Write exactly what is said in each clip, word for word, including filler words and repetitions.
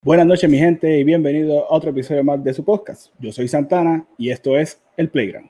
Buenas noches, mi gente, y bienvenido a otro episodio más de su podcast. Yo soy Santana y esto es El Playground.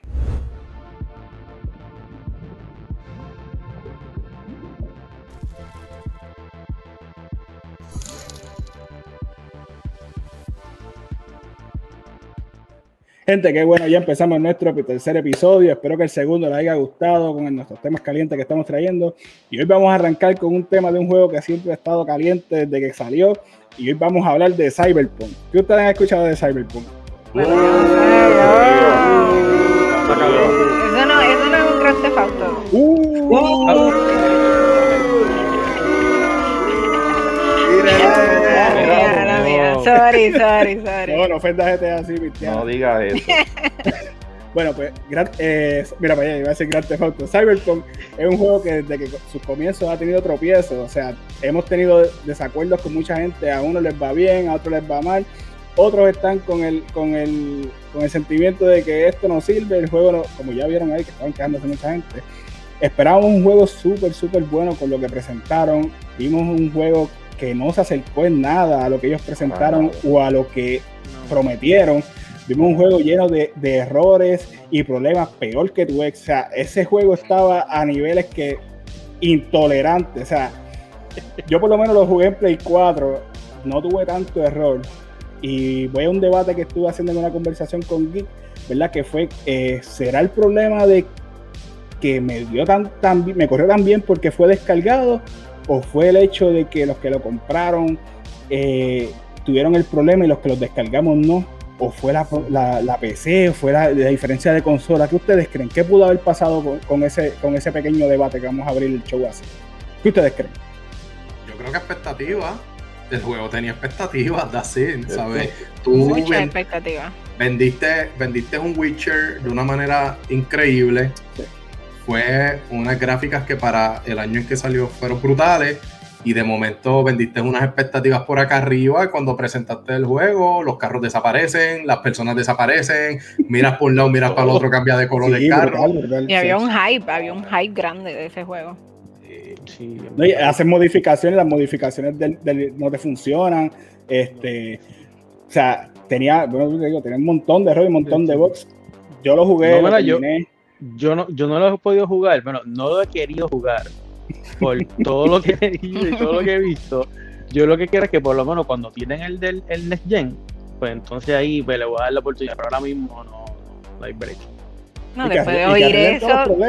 Gente, qué bueno, ya empezamos nuestro tercer episodio. Espero que el segundo les haya gustado con nuestros temas calientes que estamos trayendo. Y hoy vamos a arrancar con un tema de un juego que siempre ha estado caliente desde que salió. Y hoy vamos a hablar de Cyberpunk. ¿Qué ustedes han escuchado de Cyberpunk? Bueno, uh, eso no, eso no es un Grand Theft Auto. Uh, uh, Sorry, sorry, sorry. No, no ofendas a G T A así, Cristiano. No digas eso. Bueno, pues, gran, eh, mira para allá, iba a decir Grand Theft Auto. Cyberpunk es un juego que desde que sus comienzos ha tenido tropiezos. O sea, hemos tenido desacuerdos con mucha gente. A unos les va bien, a otros les va mal. Otros están con el, con el, con el sentimiento de que esto no sirve. El juego, no, como ya vieron ahí, que estaban quejándose mucha gente. Esperábamos un juego súper, súper bueno con lo que presentaron. Vimos un juego que no se acercó en nada a lo que ellos presentaron ah, o a lo que no. prometieron. Vimos un juego lleno de, de errores y problemas peor que tu ex. O sea, ese juego estaba a niveles que intolerantes. O sea, yo por lo menos lo jugué en Play cuatro, no tuve tanto error. Y voy a un debate que estuve haciendo en una conversación con Geek, ¿verdad? Que fue, eh, ¿será el problema de que me dio tan, tan me corrió tan bien porque fue descargado? ¿O fue el hecho de que los que lo compraron eh, tuvieron el problema y los que los descargamos no? ¿O fue la, la, la P C? ¿O fue la, la diferencia de consola? ¿Qué ustedes creen? ¿Qué pudo haber pasado con, con, ese, con ese pequeño debate que vamos a abrir el show así? ¿Qué ustedes creen? Yo creo que expectativas. El juego tenía expectativas, that's it, ¿sabes? Tú Muchas ven, expectativas. Vendiste, vendiste un Witcher de una manera increíble. Sí. Fue unas gráficas que para el año en que salió fueron brutales. Y de momento vendiste unas expectativas por acá arriba. Cuando presentaste el juego, los carros desaparecen, las personas desaparecen, miras por un lado, miras para el otro, cambia de color sí, el carro. Brutal, brutal, y había sí. un hype, había un hype grande de ese juego. Sí, sí. No, y hacen modificaciones, las modificaciones del, del, no te funcionan. Este, o sea, tenía, bueno, digo, tenía un montón de errores, un montón de bugs. Yo lo jugué, no, lo yo, yo, no, yo no lo he podido jugar, bueno, no lo he querido jugar. Por todo lo que he leído y todo lo que he visto, yo lo que quiero es que por lo menos cuando tienen el del el Next Gen, pues entonces ahí pues, le voy a dar la oportunidad, pero ahora mismo no, no, no hay break. No, después de oír eso,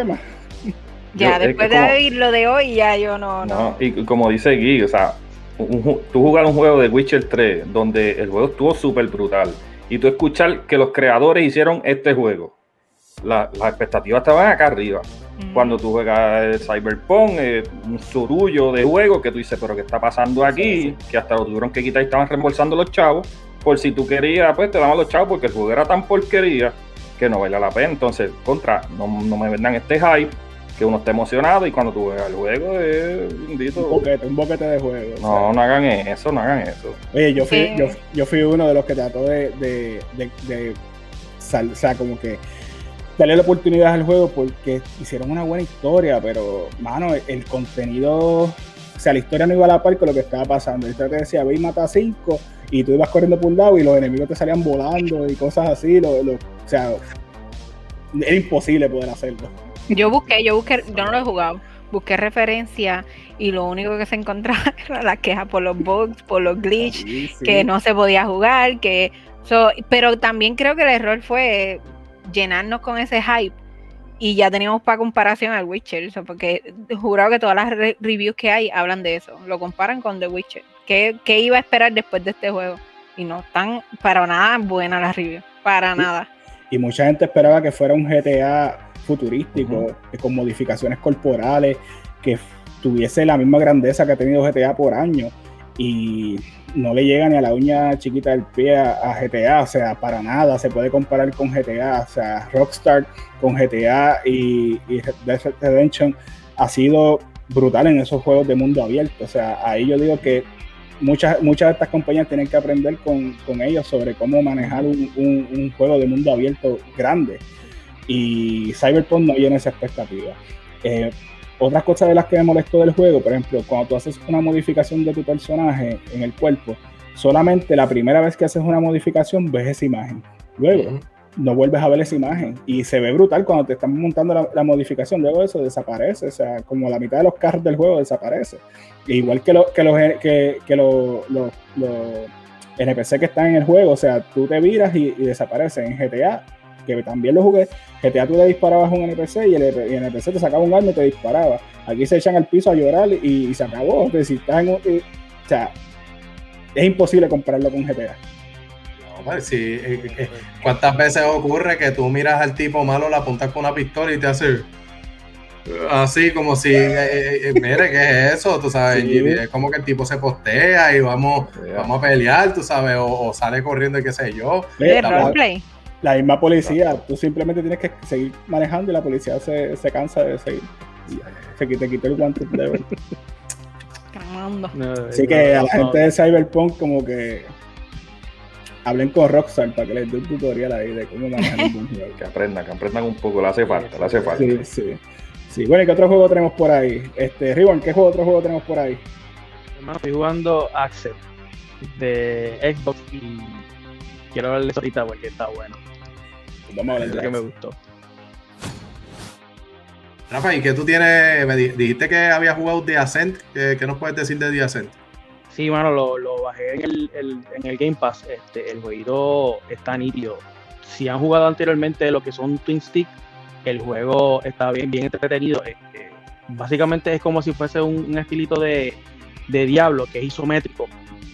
ya yo, después de como, oír lo de hoy, ya yo no, no. no y como dice Guy, o sea, un, tú jugar un juego de Witcher tres, donde el juego estuvo súper brutal, y tú escuchar que los creadores hicieron este juego, la, las expectativas estaban acá arriba. Cuando tú juegas el Cyberpunk, eh, un surullo de juego que tú dices, pero ¿qué está pasando aquí? Sí, sí. Que hasta lo tuvieron que quitar y estaban reembolsando los chavos. Por si tú querías, pues te daban los chavos porque el juego era tan porquería que no vale la pena. Entonces, contra, no, no me vendan este hype, que uno está emocionado y cuando tú juegas el juego es bendito. Un boquete, un boquete de juego. No, o sea. no hagan eso, no hagan eso. Oye, yo fui, sí. yo, yo fui uno de los que trató de, de, de, de sal, o sea, como que darle la oportunidad al juego porque hicieron una buena historia, pero, mano, el contenido, o sea, la historia no iba a la par con lo que estaba pasando. La historia te decía, ve y mata a cinco, y tú ibas corriendo por un lado y los enemigos te salían volando y cosas así, lo, lo, o sea, era imposible poder hacerlo. Yo busqué, yo busqué, yo no lo he jugado, busqué referencia y lo único que se encontraba era la queja por los bugs, por los glitches, sí, sí. que no se podía jugar, que, so, pero también creo que el error fue llenarnos con ese hype y ya teníamos para comparación al Witcher, o sea, porque jurado que todas las re- reviews que hay hablan de eso, lo comparan con The Witcher. ¿Qué, qué iba a esperar después de este juego? Y no están para nada buenas las reviews, para y, nada. Y mucha gente esperaba que fuera un G T A futurístico, uh-huh. con modificaciones corporales, que tuviese la misma grandeza que ha tenido G T A por año, y no le llega ni a la uña chiquita del pie a, a G T A, o sea, para nada se puede comparar con G T A, o sea, Rockstar con G T A y, y Red Dead Redemption ha sido brutal en esos juegos de mundo abierto, o sea, ahí yo digo que muchas, muchas de estas compañías tienen que aprender con, con ellos sobre cómo manejar un, un, un juego de mundo abierto grande, y Cyberpunk no llena esa expectativa. Eh, Otras cosas de las que me molestó del juego, por ejemplo, cuando tú haces una modificación de tu personaje en el cuerpo, solamente la primera vez que haces una modificación ves esa imagen. Luego, uh-huh. no vuelves a ver esa imagen y se ve brutal cuando te están montando la, la modificación. Luego eso desaparece, o sea, como la mitad de los carros del juego desaparece. Igual que, lo, que los que, que lo, lo, lo N P C que están en el juego, o sea, tú te viras y, y desaparecen. En G T A, que también lo jugué, G T A tú le disparabas a un N P C y el, y el N P C te sacaba un arma y te disparaba. Aquí se echan al piso a llorar y, y se acabó. Entonces, si estás en un, y, o sea, es imposible compararlo con G T A. Pues sí, ¿cuántas veces ocurre que tú miras al tipo malo, le apuntas con una pistola y te hace así como si, eh, eh, mire, ¿qué es eso? Tú sabes, sí. Es como que el tipo se postea y vamos, yeah. vamos a pelear, tú sabes, o, o sale corriendo y qué sé yo. ¿De la, roleplay? La misma policía, tú simplemente tienes que seguir manejando y la policía se, se cansa de seguir. Se te quita el guante de ver. Así que a la gente de Cyberpunk como que hablen con Rockstar para que les dé un tutorial ahí de cómo manejar un juego. Que aprendan, que aprendan un poco, le hace falta, le hace falta. Sí, sí. Sí, bueno, ¿y qué otro juego tenemos por ahí? Este, Ribbon, ¿qué juego, otro juego tenemos por ahí? Hermano, estoy jugando Access de Xbox y quiero hablarles ahorita porque está bueno. Vamos a hablar de que me gustó. Rafa, ¿y qué tú tienes? Me dijiste que habías jugado The Ascent. ¿Qué, qué nos puedes decir de The Ascent? Sí, bueno, lo, lo bajé en el, el, en el Game Pass. Este, el jueguito está nítido. Si han jugado anteriormente lo que son Twin Stick, el juego está bien, bien entretenido. Este, básicamente es como si fuese un, un estilito de, de Diablo, que es isométrico.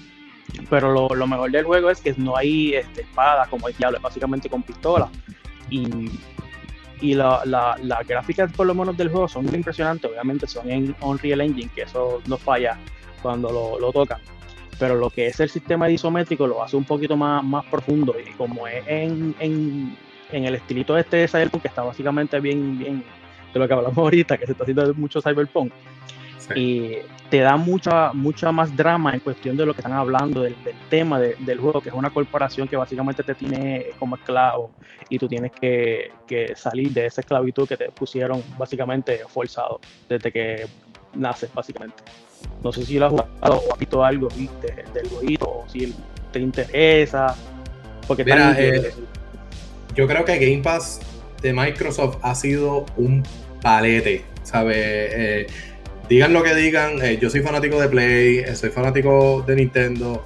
Pero lo, lo mejor del juego es que no hay este, espadas como el Diablo, es básicamente con pistola. Y, y la, la, las gráficas por lo menos del juego son muy impresionantes. Obviamente son en Unreal Engine, que eso no falla cuando lo, lo tocan, pero lo que es el sistema de isométrico lo hace un poquito más, más profundo, y como es en, en, en el estilito este de Cyberpunk, que está básicamente bien, bien de lo que hablamos ahorita, que se está haciendo mucho Cyberpunk, sí. Y te da mucha, mucha más drama en cuestión de lo que están hablando, del, del tema de, del juego, que es una corporación que básicamente te tiene como esclavo y tú tienes que, que salir de esa esclavitud que te pusieron básicamente forzado desde que naces básicamente. No sé si lo has jugado o has visto algo ¿viste? del jueguito, o si te interesa. Porque Mira, eh, yo creo que Game Pass de Microsoft ha sido un palete, ¿sabes? Eh, digan lo que digan, eh, yo soy fanático de Play, eh, soy fanático de Nintendo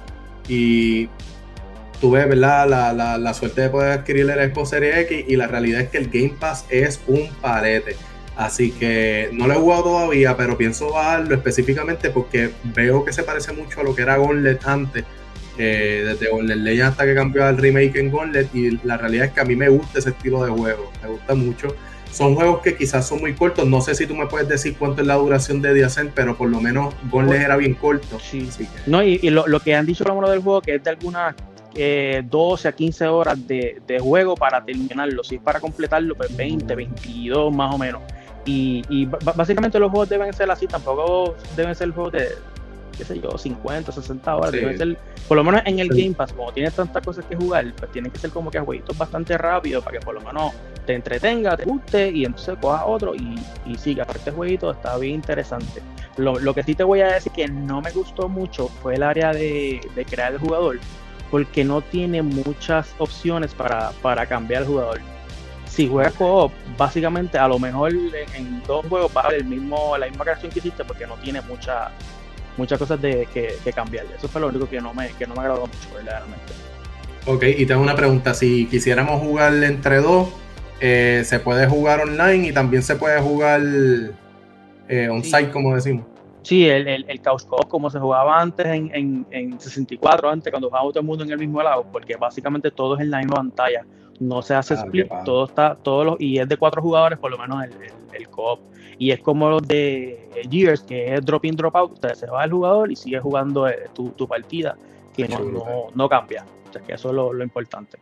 y tuve, ¿verdad? La, la, la suerte de poder adquirir el Xbox Series X, y la realidad es que el Game Pass es un palete. Así que no lo he jugado todavía, pero pienso bajarlo específicamente porque veo que se parece mucho a lo que era Gauntlet antes, eh, desde Gauntlet Legends hasta que cambió al remake en Gauntlet, y la realidad es que a mí me gusta ese estilo de juego, me gusta mucho. Son juegos que quizás son muy cortos, no sé si tú me puedes decir cuánto es la duración de The Ascent, pero por lo menos Gauntlet era bien corto. Sí, sí. No, y, y lo, lo que han dicho por lo menos del juego, que es de algunas eh, doce a quince horas de, de juego para terminarlo, si es para completarlo, pues veinte, veintidós más o menos. Y, y b- básicamente los juegos deben ser así, tampoco deben ser juegos de, qué sé yo, cincuenta, sesenta horas, sí. Deben ser, por lo menos en el sí. Game Pass, como tienes tantas cosas que jugar, pues tienen que ser como que jueguitos bastante rápidos para que por lo menos te entretenga, te guste, y entonces cojas otro y, y siga. Este jueguito está bien interesante. Lo, lo que sí te voy a decir que no me gustó mucho fue el área de, de crear el jugador, porque no tiene muchas opciones para, para cambiar el jugador. Si juegas co-op, básicamente a lo mejor en, en dos juegos vas a ver el mismo, la misma creación que hiciste, porque no tiene mucha, muchas cosas de, que, que cambiar. Eso fue lo único que no me, que no me agradó mucho, verdaderamente. Ok, y tengo una pregunta. Si quisiéramos jugar entre dos, eh, ¿se puede jugar online y también se puede jugar eh, on-site, sí. como decimos? Sí, el, el, el Couch Co-op como se jugaba antes en, en, en sesenta y cuatro, antes cuando jugaba todo el mundo en el mismo lado, porque básicamente todo es en la misma pantalla. No se hace ah, split, todo está, todos los, y es de cuatro jugadores por lo menos el, el, el co-op, y es como los de Gears, que es drop in, drop out. Usted se va el jugador y sigue jugando eh, tu, tu partida, que no, no, no cambia. O sea, que eso es lo, lo importante.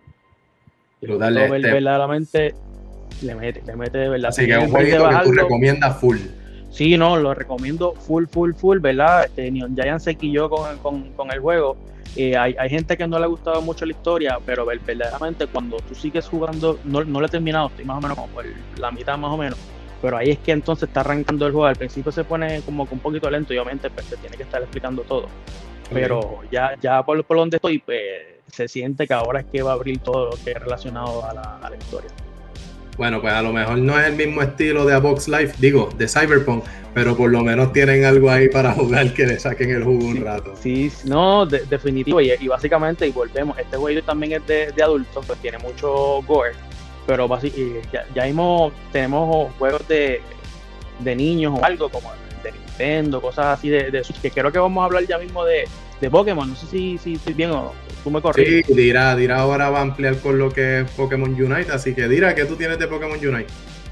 Y luego ver, este... verdaderamente le mete, le mete de verdad. Así que es un jueguito que tú recomiendas full. Sí, no, lo recomiendo full, full, full, ¿verdad? Este, Neon Giant se quilló con, con, con el juego. Eh, hay, hay gente que no le ha gustado mucho la historia, pero verdaderamente cuando tú sigues jugando, no, no lo he terminado, estoy más o menos como por la mitad más o menos, pero ahí es que entonces está arrancando el juego. Al principio se pone como que un poquito lento y obviamente pues, se tiene que estar explicando todo, pero ya, ya por, por donde estoy, pues, se siente que ahora es que va a abrir todo lo que es relacionado a la, a la historia. Bueno, pues a lo mejor no es el mismo estilo de A Box Life, digo, de Cyberpunk, pero por lo menos tienen algo ahí para jugar que le saquen el jugo un sí, rato. Sí, no, de, definitivo, y, y básicamente, y volvemos, este juego también es de, de adultos, pues tiene mucho gore, pero básicamente, ya, ya mismo tenemos juegos de, de niños o algo como de Nintendo, cosas así de, de Switch, que creo que vamos a hablar ya mismo de, de Pokémon, no sé si, si estoy bien o tú me corriges. Sí, Dira, Dira ahora va a ampliar con lo que es Pokémon Unite, así que Dira, ¿qué tú tienes de Pokémon Unite?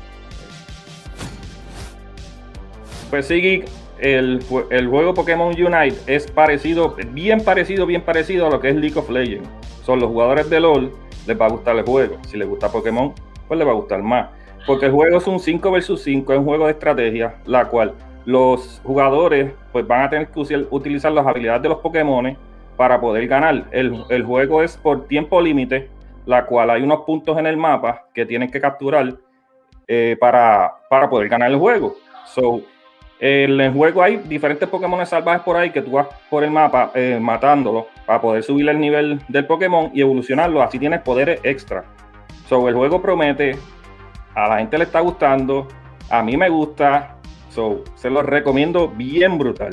Pues sí, el, el juego Pokémon Unite es parecido, bien parecido, bien parecido a lo que es League of Legends. Son los jugadores de LoL, les va a gustar el juego. Si les gusta Pokémon, pues les va a gustar más. Porque el juego es un cinco versus cinco, es un juego de estrategia, la cual los jugadores pues van a tener que utilizar las habilidades de los Pokémon para poder ganar. El, el juego es por tiempo límite, la cual hay unos puntos en el mapa que tienen que capturar eh, para, para poder ganar el juego. So, en el juego hay diferentes Pokémon salvajes por ahí que tú vas por el mapa eh, matándolos para poder subir el nivel del Pokémon y evolucionarlo. Así tienes poderes extra. So, el juego promete, a la gente le está gustando, a mí me gusta. So, se los recomiendo bien brutal.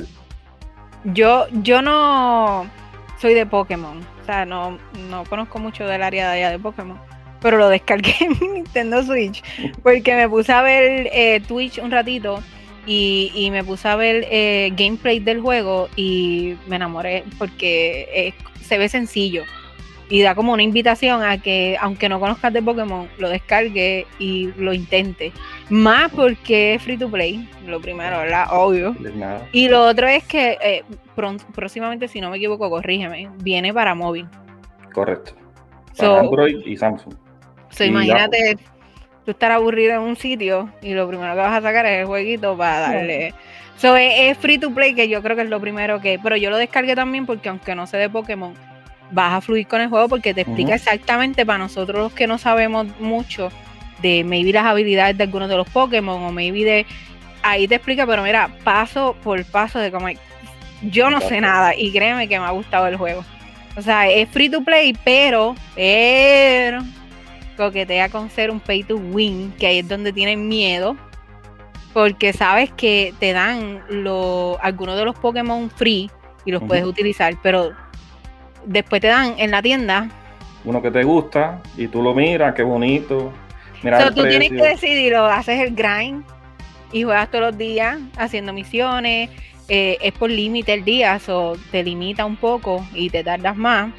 Yo, yo no soy de Pokémon, o sea, no, no conozco mucho del área de allá de Pokémon, pero lo descargué en mi Nintendo Switch porque me puse a ver eh, Twitch un ratito y, y me puse a ver eh, gameplay del juego y me enamoré porque eh, se ve sencillo y da como una invitación a que, aunque no conozcas de Pokémon, lo descargue y lo intente. Más porque es free to play, lo primero, ¿verdad? Obvio. Y lo otro es que eh, pron- próximamente, si no me equivoco, corrígeme, viene para móvil. Correcto. Para so, Android y Samsung. So, y imagínate ya, tú estar aburrido en un sitio y lo primero que vas a sacar es el jueguito para darle. Sí. So, es, es free to play, que yo creo que es lo primero que... Pero yo lo descargué también porque aunque no sé de Pokémon, vas a fluir con el juego porque te explica uh-huh. exactamente para nosotros los que no sabemos mucho de maybe las habilidades de algunos de los Pokémon o maybe de... Ahí te explica, pero mira, paso por paso de cómo... Yo no sé nada y créeme que me ha gustado el juego. O sea, es free to play, pero... Pero... coquetea con ser un pay to win, que ahí es donde tienen miedo. Porque sabes que te dan lo, algunos de los Pokémon free y los uh-huh. puedes utilizar, pero... Después te dan en la tienda uno que te gusta y tú lo miras, qué bonito. Mira, so, tú precio. Tienes que decidirlo, haces el grind y juegas todos los días haciendo misiones. Eh, es por límite el día, eso te limita un poco y te tardas más.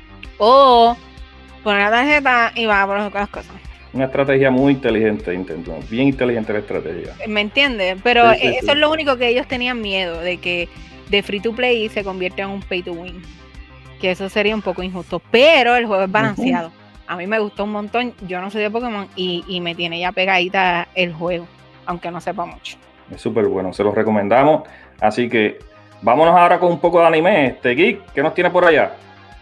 O poner la tarjeta y vas a poner otras cosas. Una estrategia muy inteligente, intento. Bien inteligente la estrategia. ¿Me entiendes? Pero sí, sí, eso sí. es lo único que ellos tenían miedo, de que de free to play se convierta en un pay to win. Que eso sería un poco injusto, pero el juego es balanceado. Uh-huh. A mí me gustó un montón, yo no soy de Pokémon y, y me tiene ya pegadita el juego, aunque no sepa mucho. Es súper bueno, se los recomendamos. Así que vámonos ahora con un poco de anime. Este Geek, ¿qué nos tiene por allá?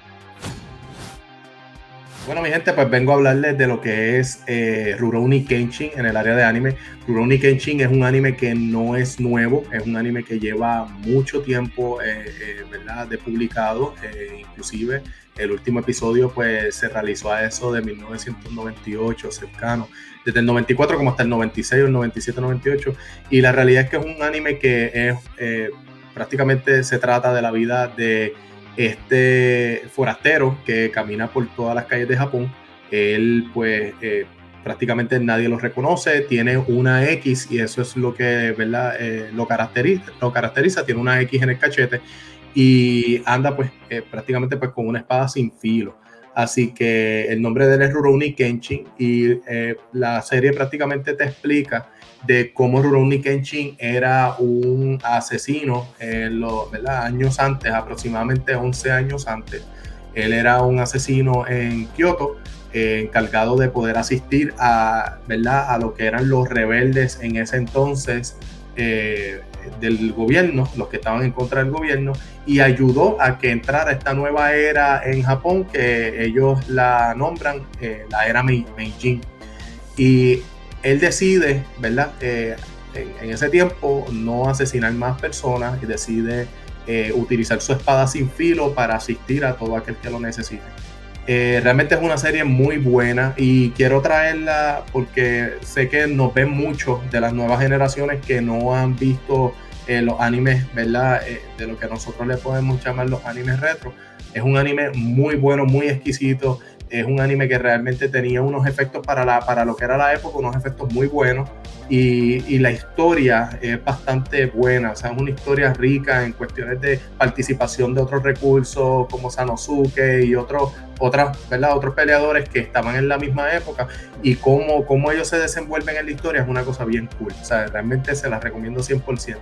Bueno, mi gente, pues vengo a hablarles de lo que es eh, Rurouni Kenshin en el área de anime. Rurouni Kenshin es un anime que no es nuevo, es un anime que lleva mucho tiempo, eh, eh, ¿verdad?, de publicado. Eh, inclusive el último episodio pues se realizó a eso de mil novecientos noventa y ocho, cercano, desde el noventa y cuatro como hasta el noventa y seis, el noventa y siete, noventa y ocho. Y la realidad es que es un anime que es, eh, prácticamente se trata de la vida de este forastero que camina por todas las calles de Japón. Él pues eh, prácticamente nadie lo reconoce, tiene una X y eso es lo que, ¿verdad?, eh, lo, caracteriza, lo caracteriza, tiene una X en el cachete y anda pues eh, prácticamente pues con una espada sin filo. Así que el nombre de él es Rurouni Kenshin y eh, la serie prácticamente te explica de cómo Rurouni Kenshin era un asesino en los, ¿verdad?, años antes, aproximadamente once años antes. Él era un asesino en Kioto, eh, encargado de poder asistir a, ¿verdad?, a lo que eran los rebeldes en ese entonces eh, del gobierno, los que estaban en contra del gobierno, y ayudó a que entrara esta nueva era en Japón, que ellos la nombran eh, la era Meijin. Y él decide, ¿verdad?, eh, en, en ese tiempo no asesinar más personas y decide eh, utilizar su espada sin filo para asistir a todo aquel que lo necesite. Eh, realmente es una serie muy buena y quiero traerla porque sé que nos ven muchos de las nuevas generaciones que no han visto eh, los animes, ¿verdad? Eh, de lo que nosotros le podemos llamar los animes retro. Es un anime muy bueno, muy exquisito. Es un anime que realmente tenía unos efectos para, la, para lo que era la época, unos efectos muy buenos. Y, y la historia es bastante buena, o sea, es una historia rica en cuestiones de participación de otros recursos como Sanosuke y otros, otras, ¿verdad? otros peleadores que estaban en la misma época, y cómo, cómo ellos se desenvuelven en la historia es una cosa bien cool, o sea, realmente se las recomiendo cien por ciento.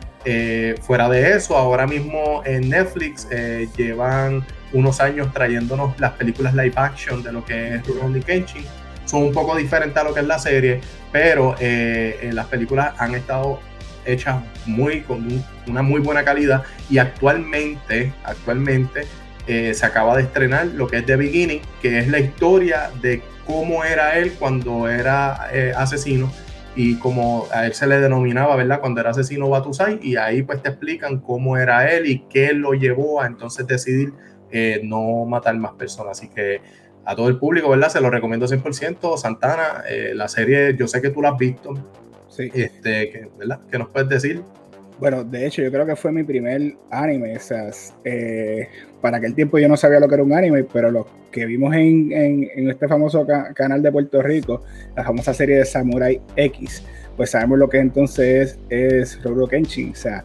Eh, fuera de eso, ahora mismo en Netflix eh, llevan unos años trayéndonos las películas live action de lo que es Rurouni Kenshin. Son un poco diferentes a lo que es la serie, pero eh, eh, las películas han estado hechas muy, con un, una muy buena calidad, y actualmente, actualmente eh, se acaba de estrenar lo que es The Beginning, que es la historia de cómo era él cuando era eh, asesino, y como a él se le denominaba, ¿verdad? Cuando era asesino Batusai, y ahí pues te explican cómo era él y qué lo llevó a entonces decidir eh, no matar más personas. Así que a todo el público, ¿verdad? Se lo recomiendo cien por ciento. Santana, eh, la serie, yo sé que tú la has visto. Sí. Este, que, ¿verdad? ¿Qué nos puedes decir? Bueno, de hecho, yo creo que fue mi primer anime. O sea, eh, para aquel tiempo yo no sabía lo que era un anime, pero lo que vimos en, en, en este famoso ca- canal de Puerto Rico, la famosa serie de Samurai X, pues sabemos lo que entonces es, es Rurouni Kenshin. O sea,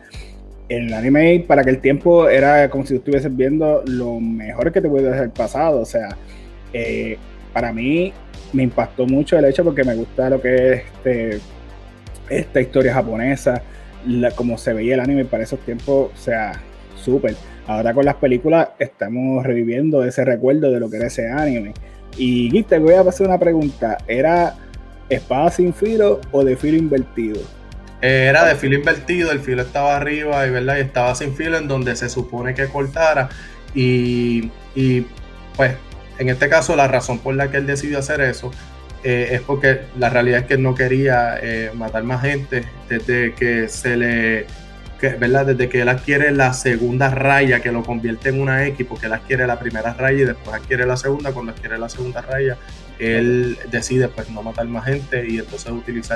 el anime para aquel tiempo era como si tú estuvieses viendo lo mejor que te puede haber pasado. O sea, Eh, para mí me impactó mucho el hecho porque me gusta lo que es este, esta historia japonesa, la, como se veía el anime para esos tiempos, o sea, súper. Ahora con las películas estamos reviviendo ese recuerdo de lo que era ese anime. Y Gui, te voy a hacer una pregunta, ¿era espada sin filo o de filo invertido? Eh, era de filo invertido, el filo estaba arriba y, ¿verdad? Y estaba sin filo en donde se supone que cortara, y, y pues en este caso la razón por la que él decidió hacer eso eh, es porque la realidad es que él no quería eh, matar más gente desde que se le, que, ¿verdad? Desde que él adquiere la segunda raya que lo convierte en una X, porque él adquiere la primera raya y después adquiere la segunda. Cuando adquiere la segunda raya, él decide pues no matar más gente y entonces utilizar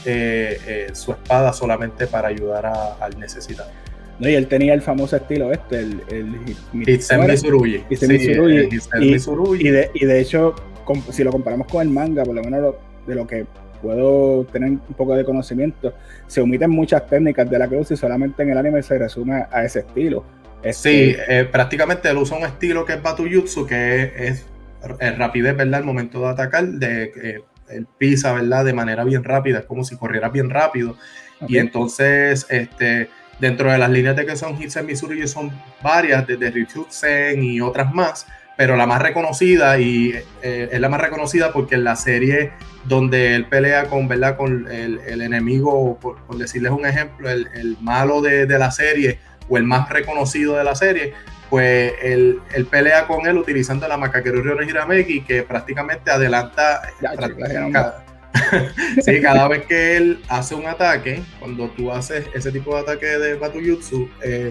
eh, eh, su espada solamente para ayudar a, al necesitado. No, y él tenía el famoso estilo este, el, el Hitsen Mitsurugi. Hitsen Sí, Mitsurugi. eh, Hitsen Y, Mitsurugi. y, de, y de hecho, com, si lo comparamos con el manga, por lo menos lo, de lo que puedo tener un poco de conocimiento, se omiten muchas técnicas de la que usa y solamente en el anime se resume a ese estilo. Este, Sí, eh, prácticamente él usa un estilo que es Batujutsu, que es, es, es rapidez, ¿verdad? Al momento de atacar, de eh, él pisa, ¿verdad? De manera bien rápida, es como si corriera bien rápido. Okay. Y entonces, este... dentro de las líneas de que son Hitsen Mitsurugi son varias, desde Ryujutsen y otras más, pero la más reconocida, y eh, es la más reconocida porque en la serie donde él pelea con, ¿verdad? Con el, el enemigo, por, por decirles un ejemplo, el, el malo de, de la serie, o el más reconocido de la serie, pues él, él pelea con él utilizando la Makakeru Ryo no Hirameki, que prácticamente adelanta... Ya, práctica, sí, cada vez que él hace un ataque, cuando tú haces ese tipo de ataque de Batujutsu, eh,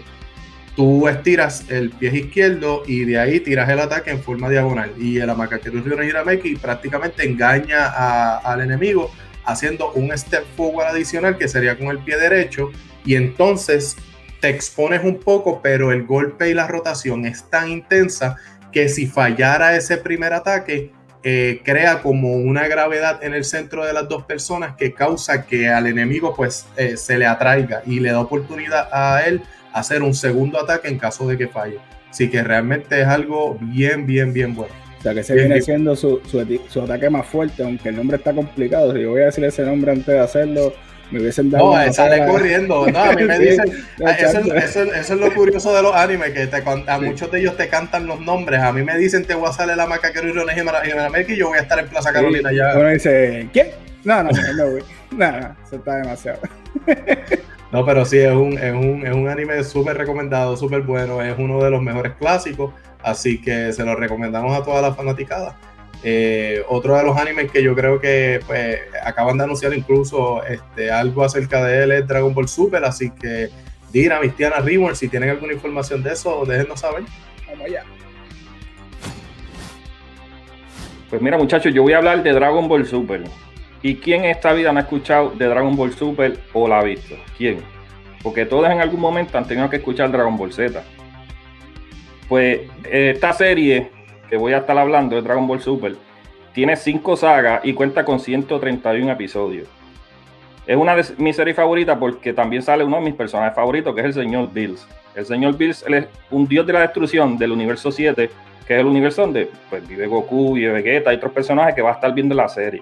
tú estiras el pie izquierdo y de ahí tiras el ataque en forma diagonal, y el Makakeru Ryo no Hirameki prácticamente engaña a, al enemigo haciendo un step forward adicional que sería con el pie derecho, y entonces te expones un poco, pero el golpe y la rotación es tan intensa que si fallara ese primer ataque Eh, crea como una gravedad en el centro de las dos personas que causa que al enemigo pues eh, se le atraiga y le da oportunidad a él hacer un segundo ataque en caso de que falle. Así que realmente es algo bien, bien, bien bueno. O sea que se bien, viene bien. siendo su, su, su ataque más fuerte, aunque el nombre está complicado. Si yo voy a decir ese nombre antes de hacerlo, me hubiesen dado... No, sale corriendo. No, a mí me dicen... Sí, eso, eso, eso es lo curioso de los animes, que te, a sí. muchos de ellos te cantan los nombres. A mí me dicen, te voy a salir la Makakeru Ryo no Hirameki y yo voy a estar en Plaza Carolina. Sí. Ya. Uno dice, ¿quién? No, no, no, no, no, no, eso está demasiado. No, pero sí, es un, es un, es un anime súper recomendado, súper bueno. Es uno de los mejores clásicos, así que se lo recomendamos a todas las fanaticadas. Eh, otro de los animes que yo creo que pues acaban de anunciar incluso este, algo acerca de él es Dragon Ball Super, así que Dira, Mistiana, Reborn, si tienen alguna información de eso, déjennos saber. Vamos allá. Pues mira, muchachos, yo voy a hablar de Dragon Ball Super. ¿Y quién en esta vida no ha escuchado de Dragon Ball Super o la ha visto? ¿Quién? Porque todos en algún momento han tenido que escuchar Dragon Ball Z. Pues esta serie que voy a estar hablando de Dragon Ball Super tiene cinco sagas y cuenta con ciento treinta y uno episodios. Es una de mis series favoritas porque también sale uno de mis personajes favoritos, que es el señor Bills. El señor Bills, él es un dios de la destrucción del universo siete, que es el universo donde pues, vive Goku, vive Vegeta y otros personajes que va a estar viendo en la serie.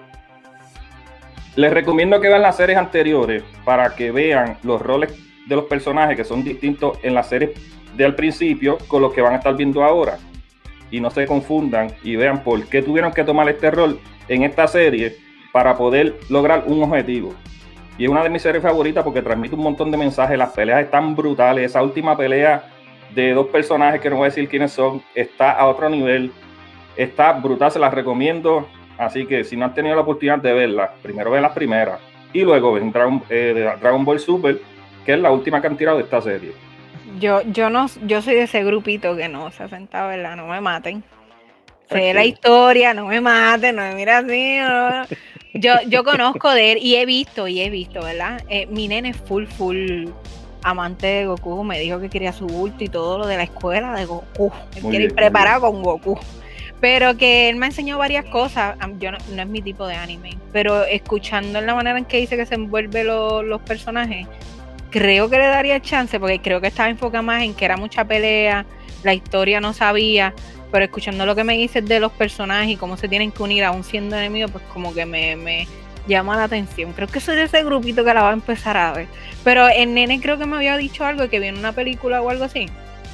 Les recomiendo que vean las series anteriores para que vean los roles de los personajes que son distintos en las series del principio con los que van a estar viendo ahora. Y no se confundan y vean por qué tuvieron que tomar este rol en esta serie para poder lograr un objetivo. Y es una de mis series favoritas porque transmite un montón de mensajes. Las peleas están brutales. Esa última pelea de dos personajes que no voy a decir quiénes son está a otro nivel. Está brutal, se las recomiendo. Así que si no han tenido la oportunidad de verlas, primero ven las primeras y luego ven Dragon, eh, Dragon Ball Super, que es la última que han tirado de esta serie. Yo, yo no, yo soy de ese grupito que no se ha sentado, ¿verdad? No me maten. Sé Okay. la historia, no me maten, no me miren así. No. Yo, yo conozco de él y he visto, y he visto, ¿verdad? Eh, mi nene es full, full amante de Goku. Me dijo que quería su bulto y todo lo de la escuela de Goku. Él Muy quiere bien, ir preparado con Goku. Pero que él me enseñó varias cosas. Yo no, no es mi tipo de anime, pero escuchando en la manera en que dice que se envuelven lo, los personajes, creo que le daría chance, porque creo que estaba enfocado más en que era mucha pelea, la historia no sabía, pero escuchando lo que me dices de los personajes y cómo se tienen que unir aún siendo enemigos, pues como que me, me llama la atención. Creo que soy de ese grupito que la va a empezar a ver. Pero el nene creo que me había dicho algo, que viene una película o algo así.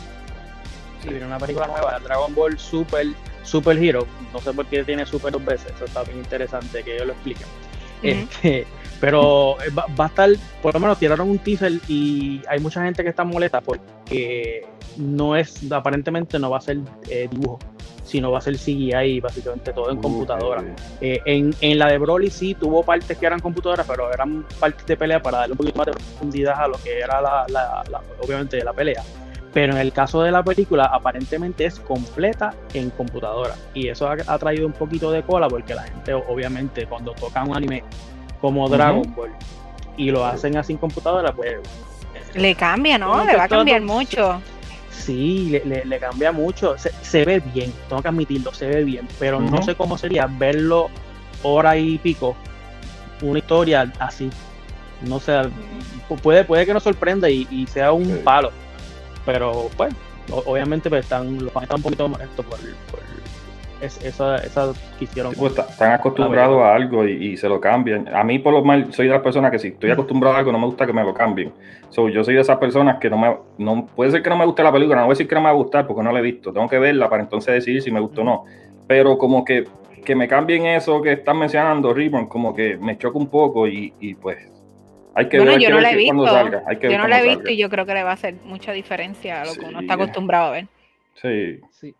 Sí, viene una película nueva, Dragon Ball Super, Super Hero. No sé por qué tiene Super dos veces, eso está bien interesante que ellos lo expliquen. Uh-huh. Este, pero va, va a estar, por lo menos tiraron un teaser y hay mucha gente que está molesta porque no es, aparentemente no va a ser eh, dibujo, sino va a ser C G I, básicamente todo en uh, computadora. Eh, en, en la de Broly sí tuvo partes que eran computadoras, pero eran partes de pelea para darle un poquito más de profundidad a lo que era la, la, la obviamente la pelea. Pero en el caso de la película, aparentemente es completa en computadora. Y eso ha, ha traído un poquito de cola porque la gente, obviamente, cuando toca un anime como Dragon uh-huh. Ball y lo hacen así en computadora, pues... Le cambia, ¿no? Le va a cambiar mucho. Sí, le, le, le cambia mucho. Se, se ve bien, tengo que admitirlo, se ve bien. Pero uh-huh. no sé cómo sería verlo hora y pico, una historia así. No sé, puede, puede que nos sorprenda y, y sea un sí. palo. Pero pues obviamente pues, están los fans están un poquito molestos por, por es, esa, esa que hicieron. Sí, pues, están acostumbrados a algo y, y se lo cambian. A mí por lo mal soy de las personas que si estoy acostumbrado a algo no me gusta que me lo cambien. So, yo soy de esas personas que no me no puede ser que no me guste la película, no voy a decir que no me va a gustar porque no la he visto, tengo que verla para entonces decidir si me gusta o no. Pero como que, que me cambien eso que están mencionando, Reborn, como que me choca un poco y, y pues hay que bueno, ver, yo hay no que la ver he visto. Salga, hay que yo ver no la he visto salga. Y yo creo que le va a hacer mucha diferencia a lo sí. que uno está acostumbrado a ver. Sí. Sí,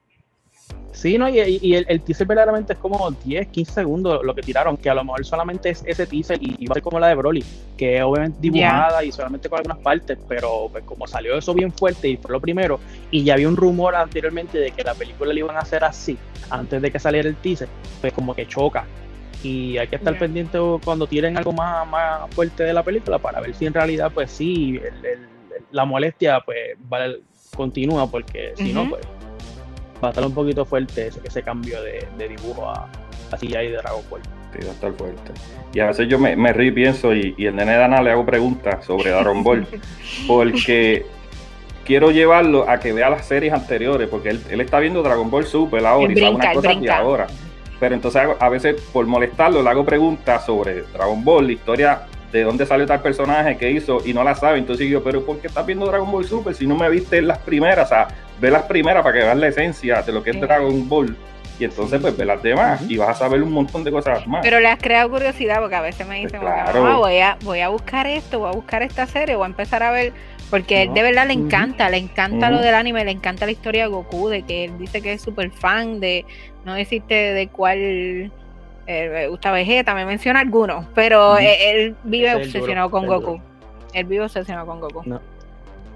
sí no, y, y el, el teaser verdaderamente es como diez, quince segundos lo que tiraron, que a lo mejor solamente es ese teaser y, y va a ser como la de Broly, que es obviamente dibujada yeah. y solamente con algunas partes, pero pues, como salió eso bien fuerte y fue lo primero, y ya había un rumor anteriormente de que la película la iban a hacer así, antes de que saliera el teaser, pues como que choca. Y hay que estar yeah. pendiente cuando tiren algo más, más fuerte de la película para ver si en realidad, pues sí, el, el, la molestia pues vale, continúa, porque si uh-huh. no, pues va a estar un poquito fuerte ese, ese cambio de, de dibujo a, a C G I de Dragon Ball. Sí, va a estar fuerte. Y a veces yo me, me río y pienso, y, y el nene de Ana le hago preguntas sobre Dragon Ball, porque quiero llevarlo a que vea las series anteriores, porque él, él está viendo Dragon Ball Super ahora y sabe unas cosas de ahora. Pero entonces a veces por molestarlo le hago preguntas sobre Dragon Ball, la historia de dónde salió tal personaje, qué hizo, y no la sabe. Entonces digo, pero ¿por qué estás viendo Dragon Ball Super si no me viste en las primeras? O sea, ve las primeras para que veas la esencia de lo que es sí. Dragon Ball. Y entonces pues ve las demás uh-huh. y vas a saber un montón de cosas más. Pero le has creado curiosidad porque a veces me dicen, pues claro. oh, voy, a, voy a buscar esto, voy a buscar esta serie, voy a empezar a ver... Porque no. él de verdad le encanta, uh-huh. le encanta uh-huh. lo del anime, le encanta la historia de Goku, de que él dice que es súper fan, de no decirte de cuál eh, me gusta Vegeta, me menciona algunos, pero uh-huh. él, él vive obsesionado con Goku. Él vive obsesionado con Goku. No.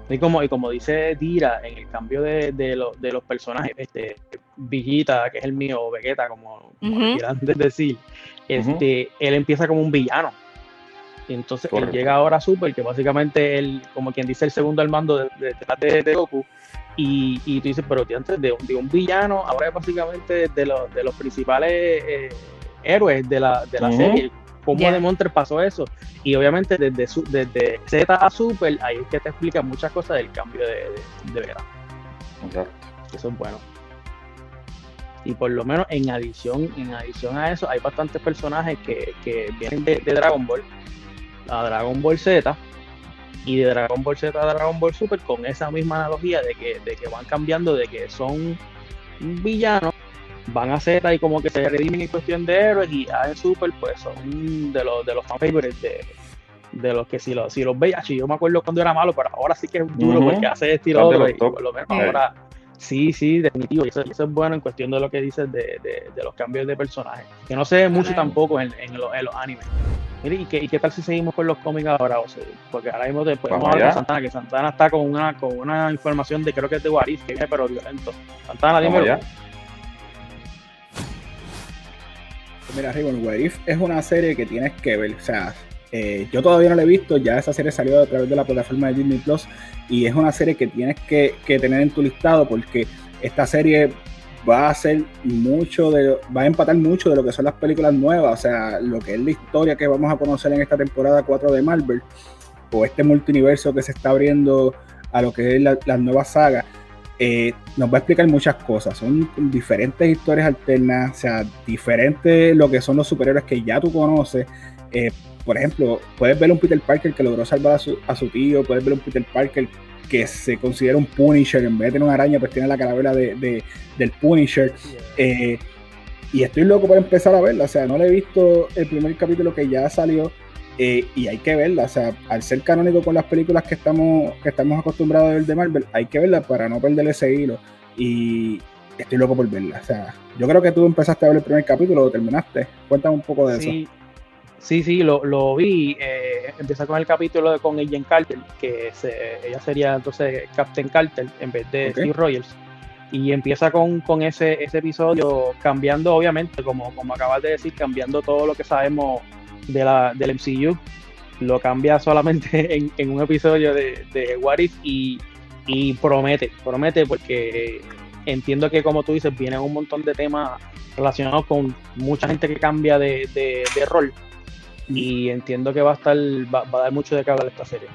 Y como, y como dice Dira, en el cambio de, de, lo, de los personajes, este, Vegeta, que es el mío, o Vegeta, como, como Ujú. quieran decir, este, él empieza como un villano. Y entonces Correcto. él llega ahora a Super, que básicamente él, como quien dice, el segundo al mando de, de, de, de Goku. Y, y tú dices, pero tío, antes de, de un villano, ahora es básicamente de los, de los principales eh, héroes de la, de la Ujú. serie. ¿Cómo Yeah. de Monter pasó eso? Y obviamente desde, su, desde Z a Super, ahí es que te explica muchas cosas del cambio de, de, de Vegeta. Exacto. Eso es bueno. Y por lo menos en adición, en adición a eso, hay bastantes personajes que, que vienen de, de Dragon Ball a Dragon Ball Z y de Dragon Ball Z a Dragon Ball Super, con esa misma analogía de que, de que van cambiando, de que son villanos, van a Z y como que se redimen en cuestión de héroes, y a en Super pues son de los de los fan favorites de, de los que si los, si los veis, yo me acuerdo cuando era malo, pero ahora sí que es duro, Ujú. porque hace estilo Son de otro, los y top. por lo menos Sí. ahora sí, sí, definitivo, y eso, eso es bueno en cuestión de lo que dices de, de, de los cambios de personajes, que no se ve mucho Claro. tampoco en, en, los, en los animes. Mire, ¿y qué, ¿y qué tal si seguimos con los cómics ahora? O sea, porque ahora mismo después Vamos vamos a hablar allá. con Santana, que Santana está con una, con una información de, creo que es de What If, que viene pero violento. Santana, Vamos dímelo. allá. Mira, Ribbon, What If es una serie que tienes que ver. O sea, eh, yo todavía no la he visto, ya esa serie salió a través de la plataforma de Disney Plus, y es una serie que tienes que, que tener en tu listado, porque esta serie va a hacer mucho de, va a empatar mucho de lo que son las películas nuevas, o sea, lo que es la historia que vamos a conocer en esta temporada cuatro de Marvel, o este multiverso que se está abriendo a lo que es la, las nuevas sagas. Eh, nos va a explicar muchas cosas, son diferentes historias alternas, o sea, diferentes lo que son los superhéroes que ya tú conoces. Eh, por ejemplo, puedes ver un Peter Parker que logró salvar a su, a su tío, puedes ver un Peter Parker que se considera un Punisher, en vez de tener una araña pues tiene la calavera de, de, del Punisher. Eh, y estoy loco por empezar a verla, o sea, no le he visto el primer capítulo que ya salió. Eh, y hay que verla, o sea, al ser canónico con las películas que estamos, que estamos acostumbrados a ver de Marvel, hay que verla para no perder ese hilo, y estoy loco por verla. O sea, yo creo que tú empezaste a ver el primer capítulo, lo terminaste, cuéntame un poco de Sí, eso. sí, sí, lo, lo vi, eh, empieza con el capítulo de, con Agent Carter, que se, ella sería entonces Captain Carter en vez de Okay. Steve Rogers, y empieza con, con ese, ese episodio cambiando, obviamente, como, como acabas de decir, cambiando todo lo que sabemos de la, del M C U, lo cambia solamente en, en un episodio de, de What If, y, y promete, promete porque entiendo que, como tú dices, vienen un montón de temas relacionados con mucha gente que cambia de, de, de rol, y entiendo que va a estar, va, va a dar mucho de qué hablar esta serie.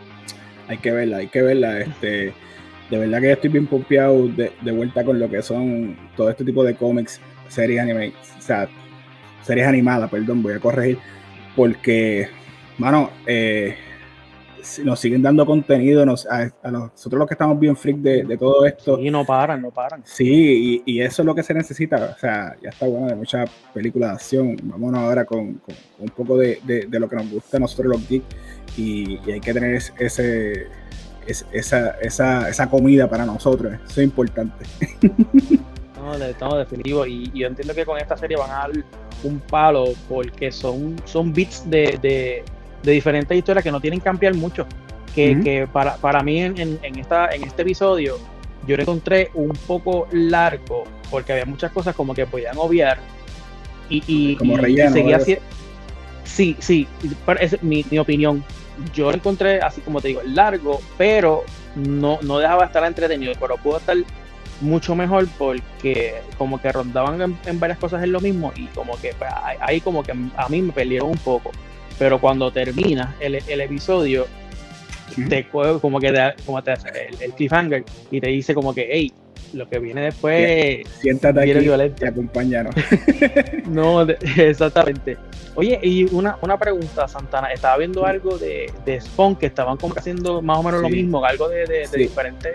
Hay que verla, hay que verla, este, de verdad que estoy bien pompeado de, de vuelta con lo que son todo este tipo de cómics, series animadas, o sea, series animadas, perdón, voy a corregir, porque, mano, eh, nos siguen dando contenido, nos, a, a nosotros los que estamos bien freak de, de todo esto. Sí, no paran, no paran. Sí, y, y eso es lo que se necesita, o sea, ya está bueno de muchas películas de acción, vámonos ahora con, con, con un poco de, de, de lo que nos gusta a nosotros los geeks, y, y hay que tener ese, ese, esa, esa, esa comida para nosotros, eso es importante. No, de, no, definitivo, y, y yo entiendo que con esta serie van a dar un palo, porque son, son bits de, de, de diferentes historias que no tienen que ampliar mucho, que, Uh-huh. que para, para mí en, en, en, esta, en este episodio yo lo encontré un poco largo, porque había muchas cosas como que podían obviar, y, y, como y, relleno, y seguía ¿verdad? así. Sí, sí, pero es mi, mi opinión. Yo lo encontré así, como te digo, largo, pero no, no dejaba de estar entretenido, pero pudo estar mucho mejor, porque como que rondaban en, en varias cosas en lo mismo, y como que pues, ahí como que a mí me perdieron un poco, pero cuando termina el, el episodio, uh-huh. te como que te, como te hace el, el cliffhanger, y te dice como que, hey, lo que viene después, siéntate aquí violento. y acompáñanos. No, de, exactamente. Oye, y una, una pregunta, Santana, estaba viendo algo de, de Spawn, que estaban como haciendo más o menos sí. lo mismo, algo de, de, de sí. diferentes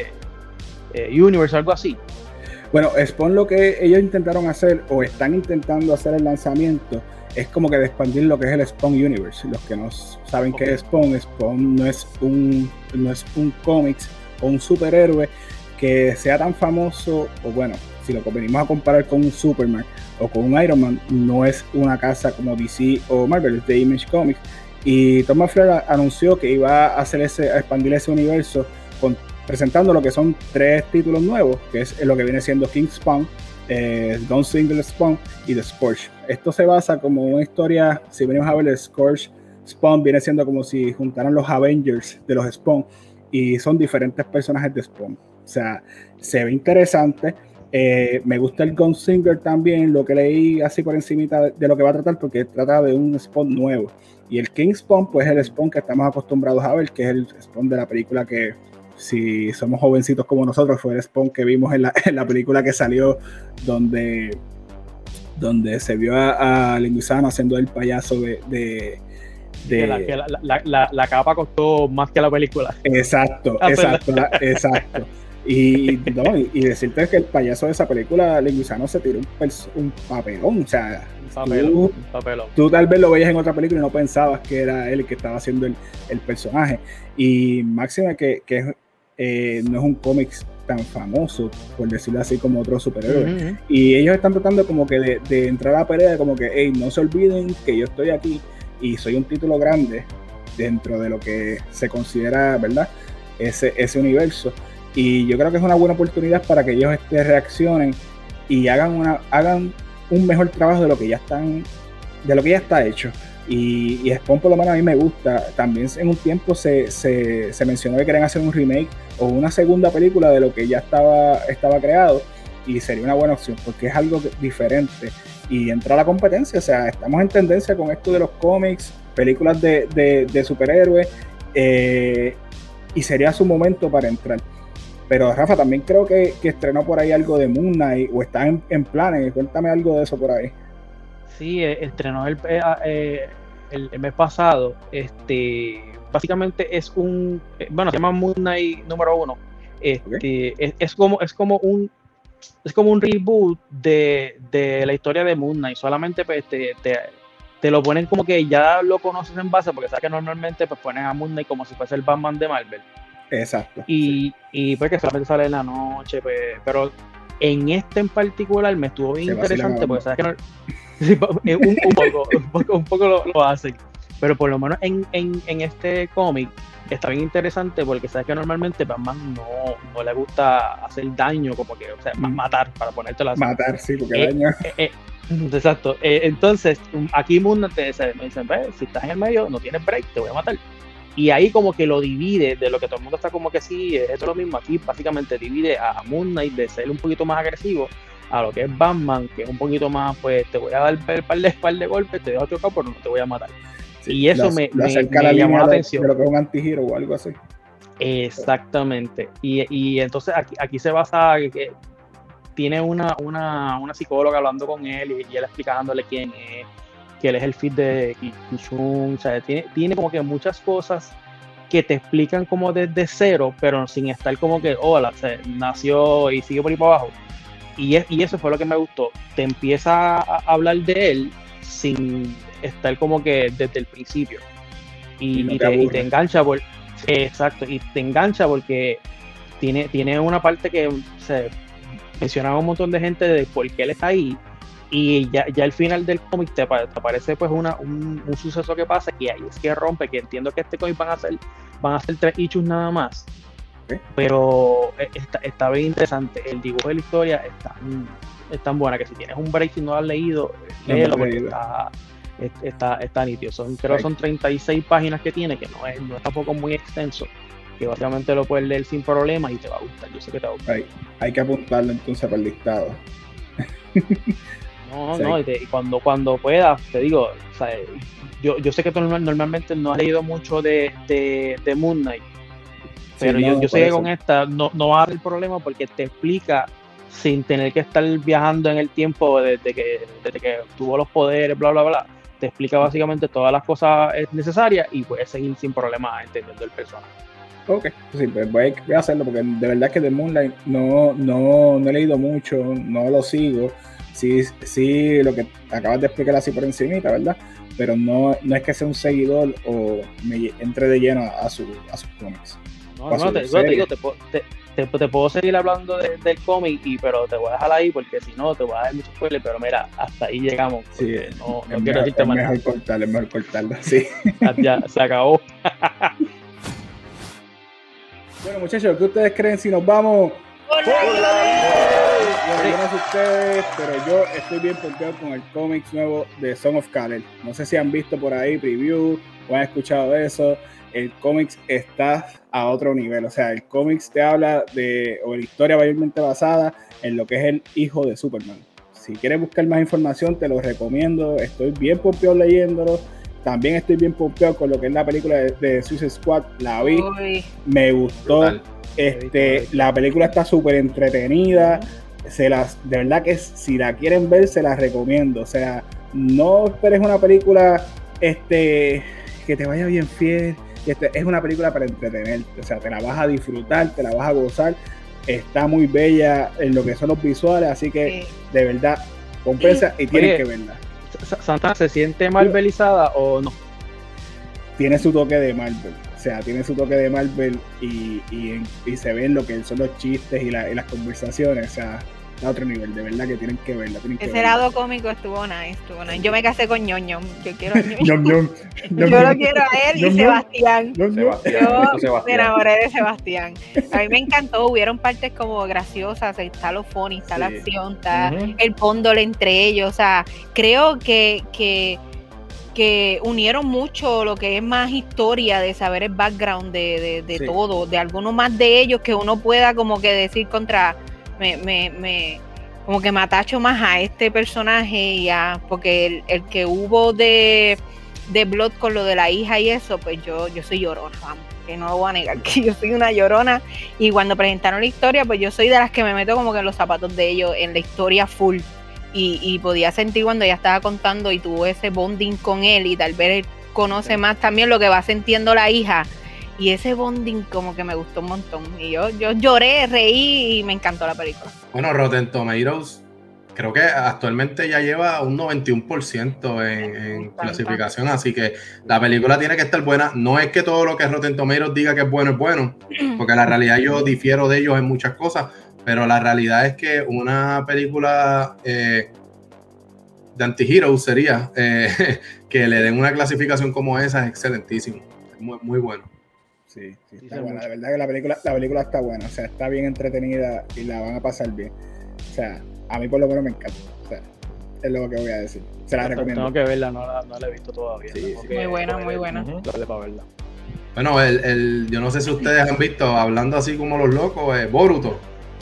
eh, universe, algo así. Bueno, Spawn, lo que ellos intentaron hacer, o están intentando hacer el lanzamiento, es como que de expandir lo que es el Spawn Universe. Los que no saben okay. qué es Spawn, Spawn no es un, no es un cómics o un superhéroe que sea tan famoso, o bueno, si lo venimos a comparar con un Superman o con un Iron Man, no es una casa como D C o Marvel, es de Image Comics, Y Todd McFarlane anunció que iba a, hacer ese, a expandir ese universo con, presentando lo que son tres títulos nuevos, que es lo que viene siendo King Spawn, eh, Gunslinger Spawn y The Scourge. Esto se basa como una historia, si venimos a ver el Scourge Spawn, viene siendo como si juntaran los Avengers de los Spawn y son diferentes personajes de Spawn. O sea, se ve interesante. Eh, me gusta el Gunslinger también, lo que leí así por encimita de lo que va a tratar, porque trata de un Spawn nuevo. Y el King Spawn, pues es el Spawn que estamos acostumbrados a ver, que es el Spawn de la película que, si somos jovencitos como nosotros, fue el Spawn que vimos en la, en la película que salió, donde, donde se vio a, a Leguizamo haciendo el payaso de... de De... Que la, que la, la, la, la capa costó más que la película. Exacto, exacto, la, exacto. Y, no, y, y decirte que el payaso de esa película, Leguizamo se tiró un, un papelón, o sea, un papelón, tú, un papelón. Tú tal vez lo veías en otra película y no pensabas que era él el que estaba haciendo el, el personaje. Y máxima que, que eh, no es un cómic tan famoso, por decirlo así, como otros superhéroes. Uh-huh. Y ellos están tratando como que de, de entrar a la pelea, como que, hey, no se olviden que yo estoy aquí y soy un título grande dentro de lo que se considera, ¿verdad?, ese, ese universo. Y yo creo que es una buena oportunidad para que ellos este, reaccionen y hagan una hagan un mejor trabajo de lo que ya están de lo que ya está hecho. Y, y Spawn, por lo menos a mí me gusta. También en un tiempo se, se, se mencionó que querían hacer un remake o una segunda película de lo que ya estaba, estaba creado, y sería una buena opción porque es algo diferente y entra a la competencia. O sea, estamos en tendencia con esto de los cómics, películas de, de, de superhéroes, eh, y sería su momento para entrar. Pero Rafa, también creo que, que estrenó por ahí algo de Moon Knight, o está en, en planes. Cuéntame algo de eso por ahí. Sí, estrenó el, eh, el, el mes pasado. Este, básicamente es un, bueno, se llama Moon Knight número uno. Este, okay. es, es como, es como un, es como un reboot de, de la historia de Moon Knight. Solamente pues, te, te, te lo ponen como que ya lo conoces en base, porque sabes que normalmente pues ponen a Moon Knight como si fuese el Batman de Marvel. Exacto. Y, sí. y pues que solamente sale en la noche, pues, pero en este en particular me estuvo bien interesante, porque sabes que no, sí, un, un poco, un poco, un poco lo, lo hacen, pero por lo menos en, en, en este cómic está bien interesante, porque sabes que normalmente Batman no, no le gusta hacer daño, como que, o sea, mm. matar, para ponértelo así. Matar, sí, porque eh, daño. Eh, eh, exacto. Eh, entonces, aquí Moon te dice, me dicen, ve, si estás en el medio, no tienes break, te voy a matar. Y ahí como que lo divide de lo que todo el mundo está como que sí, esto es lo mismo. Aquí básicamente divide a Moon Knight de ser un poquito más agresivo a lo que es Batman, que es un poquito más, pues te voy a dar el par de, par de golpes, te dejo a chocar, pero no te voy a matar. Sí, y eso lo, me, lo me, me la llamó la de, atención. De lo que es un antihero o algo así. Exactamente. Y, y entonces aquí, aquí se basa que tiene una, una, una psicóloga hablando con él y, y él explicándole quién es, que él es el fit de Kishun, o sea, tiene, tiene como que muchas cosas que te explican como desde cero, pero sin estar como que, hola, oh, se nació y sigue por ahí para abajo. Y, es, y eso fue lo que me gustó. Te empieza a hablar de él sin estar como que desde el principio. Y, y, no y, te, y te engancha por, exacto, y te engancha porque tiene, tiene una parte que se menciona un montón de gente de por qué él está ahí. Y ya, ya al final del cómic te, te aparece pues una, un, un suceso que pasa, y ahí es que rompe, que entiendo que este cómic van a ser van a ser tres issues nada más, ¿eh? Pero está, está bien interesante, el dibujo de la historia está, es tan buena que si tienes un break y no lo has leído, léelo, porque está, está, está nítido. Son, creo que son treinta y seis páginas que tiene, que no es, no es tampoco muy extenso, que básicamente lo puedes leer sin problemas y te va a gustar, yo sé que te va a gustar. Hay, hay que apuntarlo entonces para el listado. No, sí. no, y, te, y cuando, cuando puedas, te digo, o sea, yo, yo sé que tú normalmente no has leído mucho de, de, de Moon Knight, pero sí, no, yo, yo sé que eso. Con esta no, no va a haber problema, porque te explica sin tener que estar viajando en el tiempo desde que, desde que tuvo los poderes, bla, bla, bla. Te explica básicamente todas las cosas necesarias y puedes seguir sin problemas entendiendo el personaje. Ok, sí, pues voy a, voy a hacerlo, porque de verdad que de Moonlight no, no, no he leído mucho, no lo sigo. Sí, sí, lo que acabas de explicar así por encimita, ¿verdad? Pero no, no es que sea un seguidor o me entre de lleno a, su, a sus cómics. No, no, te, te digo, te, te, te, te puedo seguir hablando de, del cómic, y, pero te voy a dejar ahí porque si no te voy a dar mucho spoiler, pero mira, hasta ahí llegamos. Sí, no, no es quiero decirte es más mejor nada. cortarlo, es mejor cortarlo, sí. Ya, se acabó. Bueno, muchachos, ¿qué ustedes creen si nos vamos? ¡Hola! Bueno, yo no sé ustedes, pero yo estoy bien pompeado con el cómics nuevo de Son of Kal-El. No sé si han visto por ahí preview o han escuchado eso. El cómics está a otro nivel. O sea, el cómics te habla de, o la historia mayormente basada en lo que es el hijo de Superman. Si quieres buscar más información, te lo recomiendo. Estoy bien pompeado leyéndolo. También estoy bien pompeado con lo que es la película de, de Suicide Squad. La vi, Uy. me gustó. Brutal. Este, la película está súper entretenida. Se las, de verdad que si la quieren ver, se las recomiendo. O sea, no esperes una película este, que te vaya bien fiel. Este, es una película para entretenerte. O sea, te la vas a disfrutar, te la vas a gozar. Está muy bella en lo que son los visuales. Así que, Sí. de verdad, compensa y tienen Oye, que verla. ¿Santana se siente marvelizada o no? Tiene su toque de Marvel. O sea, tiene su toque de Marvel y, y, y se ven lo que son los chistes y, la, y las conversaciones. O sea, a otro nivel. De verdad que tienen que verla. Tienen que Ese verla. lado cómico estuvo nice, estuvo nice. Yo me casé con ñoño. Yo quiero a ñoño. Ñom, ñom. Yo Ñom, lo ñom. quiero a él y Ñom, ñom. Sebastián. Ñom, ñom. Sebastián, Yo Nico me Sebastián. enamoré de Sebastián. A mí me encantó, hubieron partes como graciosas, está lo funny, está la Sí. acción, está Ujú. el póndole entre ellos, o sea, creo que, que, que unieron mucho lo que es más historia, de saber el background de, de, de Sí. todo, de algunos más de ellos que uno pueda como que decir contra, me, me, me como que me atacho más a este personaje y a, porque el, el que hubo de de Blood con lo de la hija y eso, pues yo, yo soy llorona, vamos, que no lo voy a negar, que yo soy una llorona, y cuando presentaron la historia, pues yo soy de las que me meto como que en los zapatos de ellos, en la historia full, y, y podía sentir cuando ella estaba contando y tuvo ese bonding con él, y tal vez él conoce Sí. más también lo que va sintiendo la hija, y ese bonding como que me gustó un montón, y yo, yo lloré, reí, y me encantó la película. Bueno, Rotten Tomatoes creo que actualmente ya lleva un noventa y uno por ciento en, en clasificación, así que la película tiene que estar buena. No es que todo lo que Rotten Tomatoes diga que es bueno es bueno, porque la realidad yo difiero de ellos en muchas cosas, pero la realidad es que una película eh, de anti-hero sería eh, que le den una clasificación como esa es excelentísimo, es muy, muy bueno. Sí, sí, está Sí, buena. mucho. La verdad que la película, la película está buena. O sea, está bien entretenida y la van a pasar bien. O sea, a mí por lo menos me encanta. O sea, es lo que voy a decir. Se la recomiendo. Tengo que verla, no la, no la he visto todavía. Sí, Tengo sí. que Muy buena, coger muy el- buena. Ujú. darle para verla. Bueno, el, el, yo no sé si ustedes han visto, hablando así como los locos, eh, Boruto.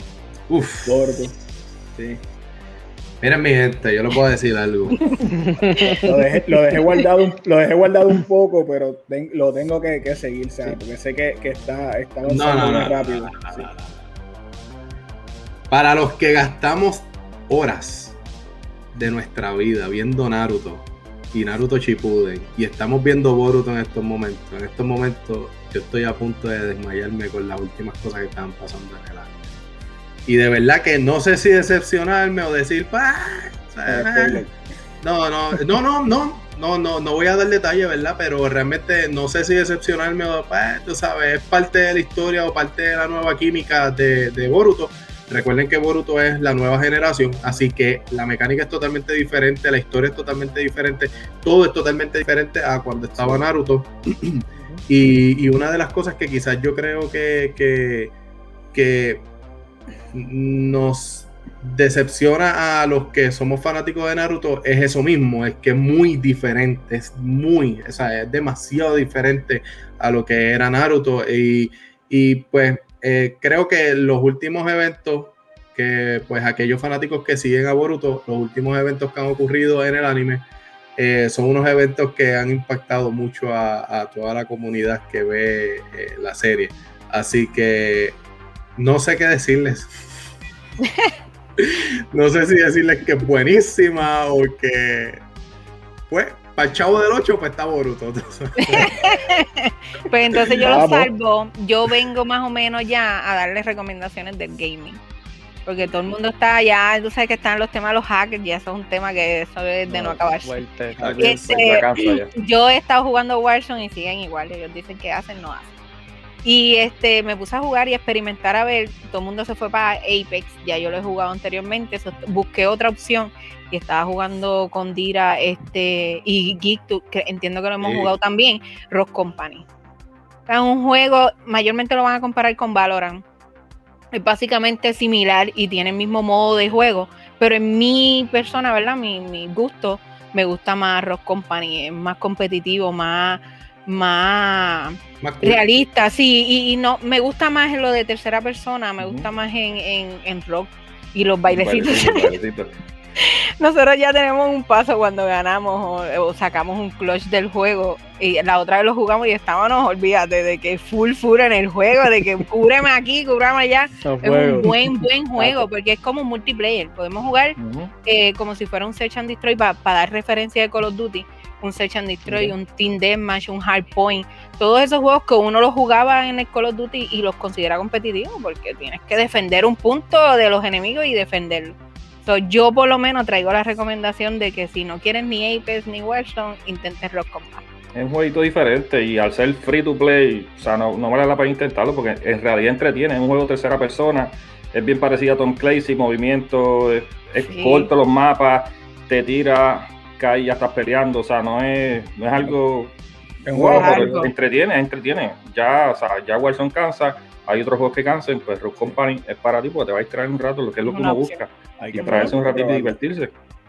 Uf. Gordo. Sí. Miren mi gente, yo les puedo decir algo. Lo dejé, lo dejé guardado un, lo dejé guardado un poco, pero ten- lo tengo que, que seguir, ¿sabes? Porque sé que, que está, está avanzando No, no, muy no, rápido. no, no, no, Sí. no, no. Para los que gastamos horas de nuestra vida viendo Naruto y Naruto Shippuden y estamos viendo Boruto en estos momentos, en estos momentos yo estoy a punto de desmayarme con las últimas cosas que estaban pasando en el anime. Y de verdad que no sé si decepcionarme o decir, "Ah, Eh, spoiler. no, no, no, no, no, no, no, no voy a dar detalle, ¿verdad? Pero realmente no sé si decepcionarme o, pues, tú sabes, es parte de la historia o parte de la nueva química de, de Boruto. Recuerden que Boruto es la nueva generación, así que la mecánica es totalmente diferente, la historia es totalmente diferente, todo es totalmente diferente a cuando estaba Naruto. y, y una de las cosas que quizás yo creo que, que, que nos decepciona a los que somos fanáticos de Naruto es eso mismo, es que es muy diferente, es muy, o sea, es demasiado diferente a lo que era Naruto y, y pues eh, creo que los últimos eventos que pues aquellos fanáticos que siguen a Boruto, los últimos eventos que han ocurrido en el anime eh, son unos eventos que han impactado mucho a, a toda la comunidad que ve eh, la serie, así que no sé qué decirles. No sé si decirles que es buenísima o que, pues, para el chavo del ocho, pues está Boruto. Pues entonces yo lo Vamos. salvo, yo vengo más o menos ya a darles recomendaciones del gaming. Porque todo el mundo está ya, tú sabes que están los temas de los hackers, y eso es un tema que eso es de no, acabar. Fuerte, Aquí, fuerte. Este- pues, ya cansa ya. Yo he estado jugando Warzone y siguen igual, ellos dicen que hacen, no hacen. Y este me puse a jugar y experimentar a ver, todo el mundo se fue para Apex, ya yo lo he jugado anteriormente, so, busqué otra opción y estaba jugando con Dira este y Geek, que entiendo que lo hemos sí. jugado también, Rock Company. Es un juego, mayormente lo van a comparar con Valorant. Es básicamente similar y tiene el mismo modo de juego, pero en mi persona, ¿verdad? Mi, mi gusto, me gusta más Rock Company, es más competitivo, más... más, más cool. realista, sí, y, y no me gusta más en lo de tercera persona, me uh-huh. gusta más en, en, en rock y los bailecitos. Bailecito, bailecito. Nosotros ya tenemos un paso cuando ganamos o, o sacamos un clutch del juego y la otra vez lo jugamos y estábamos, olvídate, de que full full en el juego, de que cúbreme aquí, cúbrame allá. No, es un buen, buen juego porque es como un multiplayer, podemos jugar uh-huh. eh, como si fuera un Search and Destroy para pa dar referencia de Call of Duty, un Search and Destroy, uh-huh. un Team Deathmatch, un Hardpoint, todos esos juegos que uno los jugaba en el Call of Duty y los considera competitivos porque tienes que defender un punto de los enemigos y defenderlo. So, yo por lo menos traigo la recomendación de que si no quieres ni Apex ni Warzone, intentes Rock Company. Es un jueguito diferente y al ser free to play, o sea, no, no vale la pena intentarlo porque en realidad entretiene, es un juego tercera persona, es bien parecido a Tom Clancy, movimiento, es, es sí. corto los mapas, te tira, cae y ya estás peleando, o sea, no es, no es algo, es un juego, pero entretiene, entretiene, ya, o sea, ya Warzone cansa. Hay otros juegos que cansen, pues Rock Company es para ti porque te va a distraer un rato, lo que es lo que uno busca. Hay que traerse un ratito y divertirse.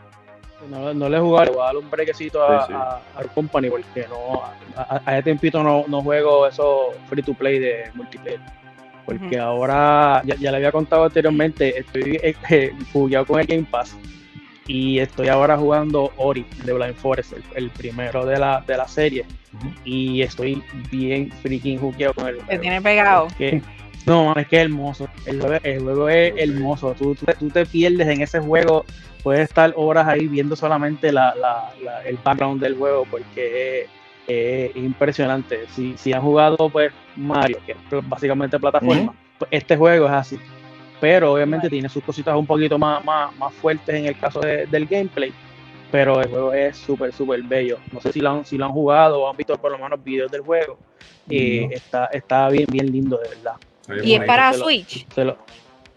No, no le he jugado, le voy a dar un brequecito a, sí, sí. a, a Rock Company porque no, a, a ese tiempito no, no juego eso free to play de multiplayer. Porque uh-huh. ahora, ya, ya le había contado anteriormente, estoy eh, bugueado con el Game Pass y estoy ahora jugando Ori de Blind Forest, el, el primero de la, de la serie. Uh-huh. Y estoy bien freaking jugueado con el juego. Te tiene pegado. Que, no, es que es hermoso. El juego, el juego es hermoso. Tú, tú, tú te pierdes en ese juego. Puedes estar horas ahí viendo solamente la, la, la, el background del juego porque es, es impresionante. Si, si han jugado pues Mario, que es básicamente plataforma, uh-huh. pues este juego es así. Pero obviamente tiene sus cositas un poquito más, más, más fuertes en el caso de, del gameplay. Pero el juego es súper, súper bello. No sé si lo, han, si lo han jugado o han visto por lo menos videos del juego. Eh, no. está, está bien, bien lindo, de verdad. ¿Y es para se Switch? Lo, se lo,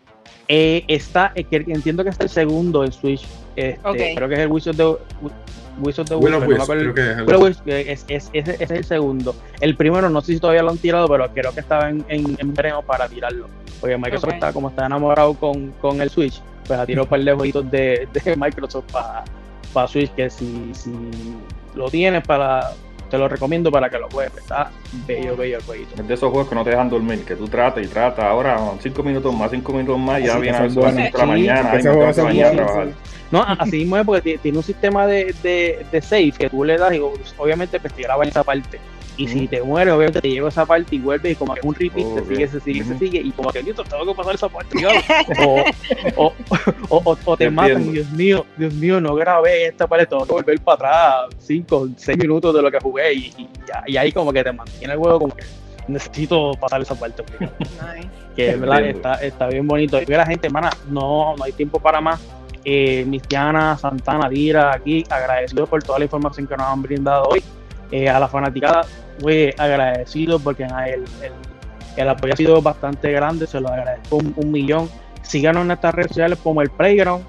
eh, está, eh, entiendo que es el segundo en Switch. Este, okay. Creo que es el Wizard de Wizard de Will of Wisp, creo que es el Will Wisp, es, es, es, es el segundo. El primero no sé si todavía lo han tirado, pero creo que estaba en, en, en verano para tirarlo. Porque Microsoft okay. está, como está enamorado con, con el Switch, pues ha tirado un par de jueguitos de, de Microsoft para para Switch, que si, si lo tienes para te lo recomiendo para que lo juegues, está bello, bello el jueguito. Es de esos juegos que no te dejan dormir, que tú tratas y tratas, ahora cinco minutos más, cinco minutos más, ya viene a las cinco de la mañana, ahí me tengo que a trabajar. No, así mismo es porque tiene un sistema de, de, de save que tú le das y obviamente pues te graba en esa parte. Y mm. si te mueres, obviamente te lleva a esa parte y vuelve y como que es un repeat, oh, te sigue, se sigue, mm-hmm. se sigue y como que listo, tengo que pasar esa parte. o, o, o, o, o te Entiendo. matan, Dios mío, Dios mío, no grabé esta parte, tengo que volver para atrás cinco, seis minutos de lo que jugué y, y, y ahí como que te mantiene el juego como que necesito pasar esa parte. Nice. Que verdad está, está bien bonito. Y la gente, hermana, no, no hay tiempo para más. Eh, Mistiana, Santana, Dira, aquí, agradecidos por toda la información que nos han brindado hoy. Eh, a la fanaticada, muy agradecido porque el, el, el apoyo ha sido bastante grande, se lo agradezco un, un millón. Síganos en nuestras redes sociales como el Playground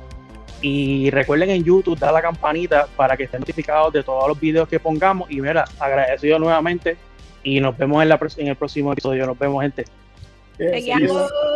y recuerden en YouTube dar la campanita para que estén notificados de todos los videos que pongamos. Y mira, agradecido nuevamente y nos vemos en, la, en el próximo episodio. Nos vemos, gente. Yes,